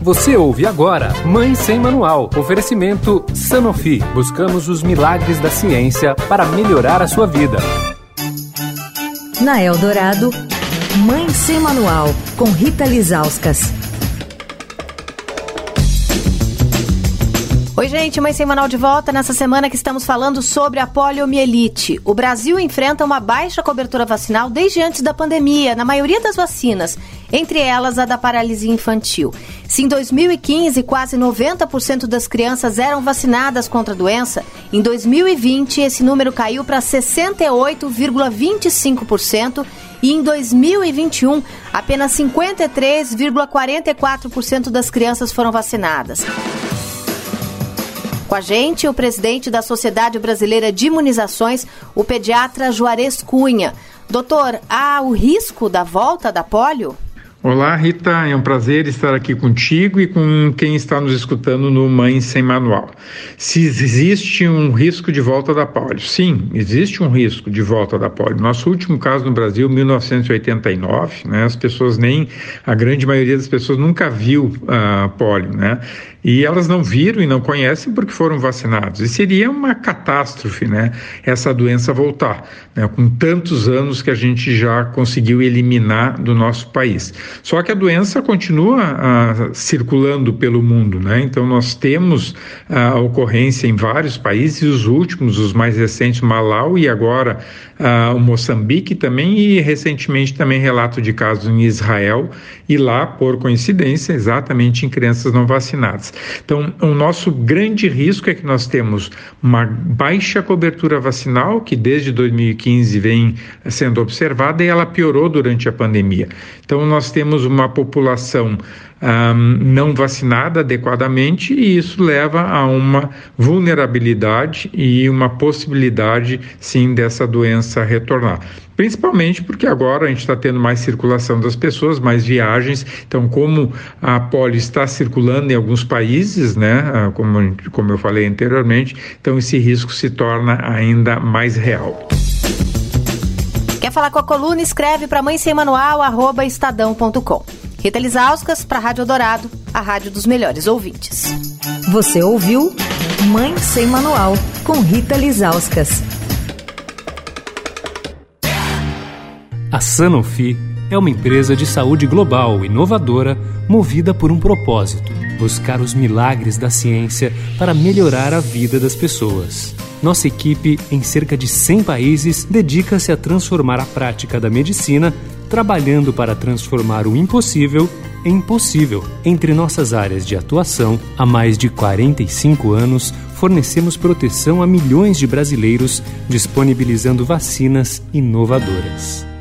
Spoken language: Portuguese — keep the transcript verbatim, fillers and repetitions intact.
Você ouve agora Mãe Sem Manual. Oferecimento Sanofi. Buscamos os milagres da ciência para melhorar a sua vida. Na Eldorado, Mãe Sem Manual, com Rita Lizauskas. Oi, gente, Mãe Sem Manual de volta nessa semana que estamos falando sobre a poliomielite. O Brasil enfrenta uma baixa cobertura vacinal desde antes da pandemia, na maioria das vacinas, entre elas a da paralisia infantil. Se em dois mil e quinze quase noventa por cento das crianças eram vacinadas contra a doença, em dois mil e vinte esse número caiu para sessenta e oito vírgula vinte e cinco por cento e em dois mil e vinte e um apenas cinquenta e três vírgula quarenta e quatro por cento das crianças foram vacinadas. Com a gente, o presidente da Sociedade Brasileira de Imunizações, o pediatra Juarez Cunha. Doutor, há o risco da volta da polio? Olá, Rita, é um prazer estar aqui contigo e com quem está nos escutando no Mãe Sem Manual. Se existe um risco de volta da polio? Sim, existe um risco de volta da polio. Nosso último caso no Brasil, mil novecentos e oitenta e nove, né, as pessoas nem, a grande maioria das pessoas nunca viu a uh, polio, né? E elas não viram e não conhecem porque foram vacinados. E seria uma catástrofe, né, essa doença voltar, né, com tantos anos que a gente já conseguiu eliminar do nosso país. Só que a doença continua ah, circulando pelo mundo, né? Então nós temos ah, a ocorrência em vários países, os últimos, os mais recentes, Malau e agora ah, o Moçambique também, e recentemente também relato de casos em Israel, e lá, por coincidência, exatamente em crianças não vacinadas. Então, o nosso grande risco é que nós temos uma baixa cobertura vacinal, que desde dois mil e quinze vem sendo observada, e ela piorou durante a pandemia. Então, nós temos uma população um, não vacinada adequadamente, e isso leva a uma vulnerabilidade e uma possibilidade, sim, dessa doença retornar. Principalmente porque agora a gente está tendo mais circulação das pessoas, mais viagens. Então, como a polio está circulando em alguns países, né, como, como eu falei anteriormente, então esse risco se torna ainda mais real. Quer falar com a coluna? Escreve para mãe sem manual arroba estadão ponto com. Rita Lizauskas para a Rádio Eldorado, a rádio dos melhores ouvintes. Você ouviu Mãe Sem Manual, com Rita Lizauskas. A Sanofi é uma empresa de saúde global inovadora movida por um propósito: buscar os milagres da ciência para melhorar a vida das pessoas. Nossa equipe, em cerca de cem países, dedica-se a transformar a prática da medicina, trabalhando para transformar o impossível em possível. Entre nossas áreas de atuação, há mais de quarenta e cinco anos, fornecemos proteção a milhões de brasileiros, disponibilizando vacinas inovadoras.